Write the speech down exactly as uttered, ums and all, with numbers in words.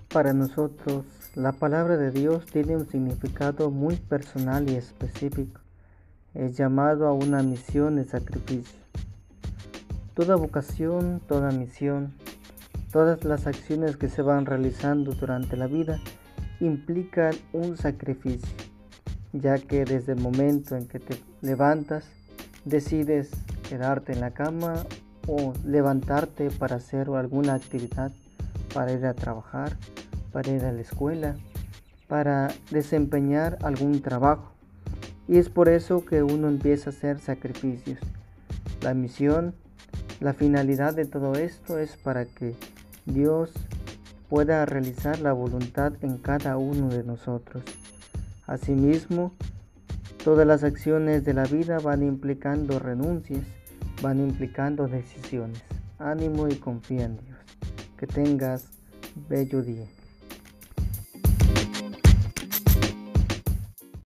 Para nosotros, la palabra de Dios tiene un significado muy personal y específico. Es llamado a una misión de sacrificio. Toda vocación, toda misión, todas las acciones que se van realizando durante la vida implican un sacrificio, ya que desde el momento en que te levantas, decides quedarte en la cama o levantarte para hacer alguna actividad, para ir a trabajar, para ir a la escuela, para desempeñar algún trabajo. Y es por eso que uno empieza a hacer sacrificios. La misión, la finalidad de todo esto es para que Dios pueda realizar la voluntad en cada uno de nosotros. Asimismo, todas las acciones de la vida van implicando renuncias, van implicando decisiones. Ánimo y confía en Dios. Que tengas bello día.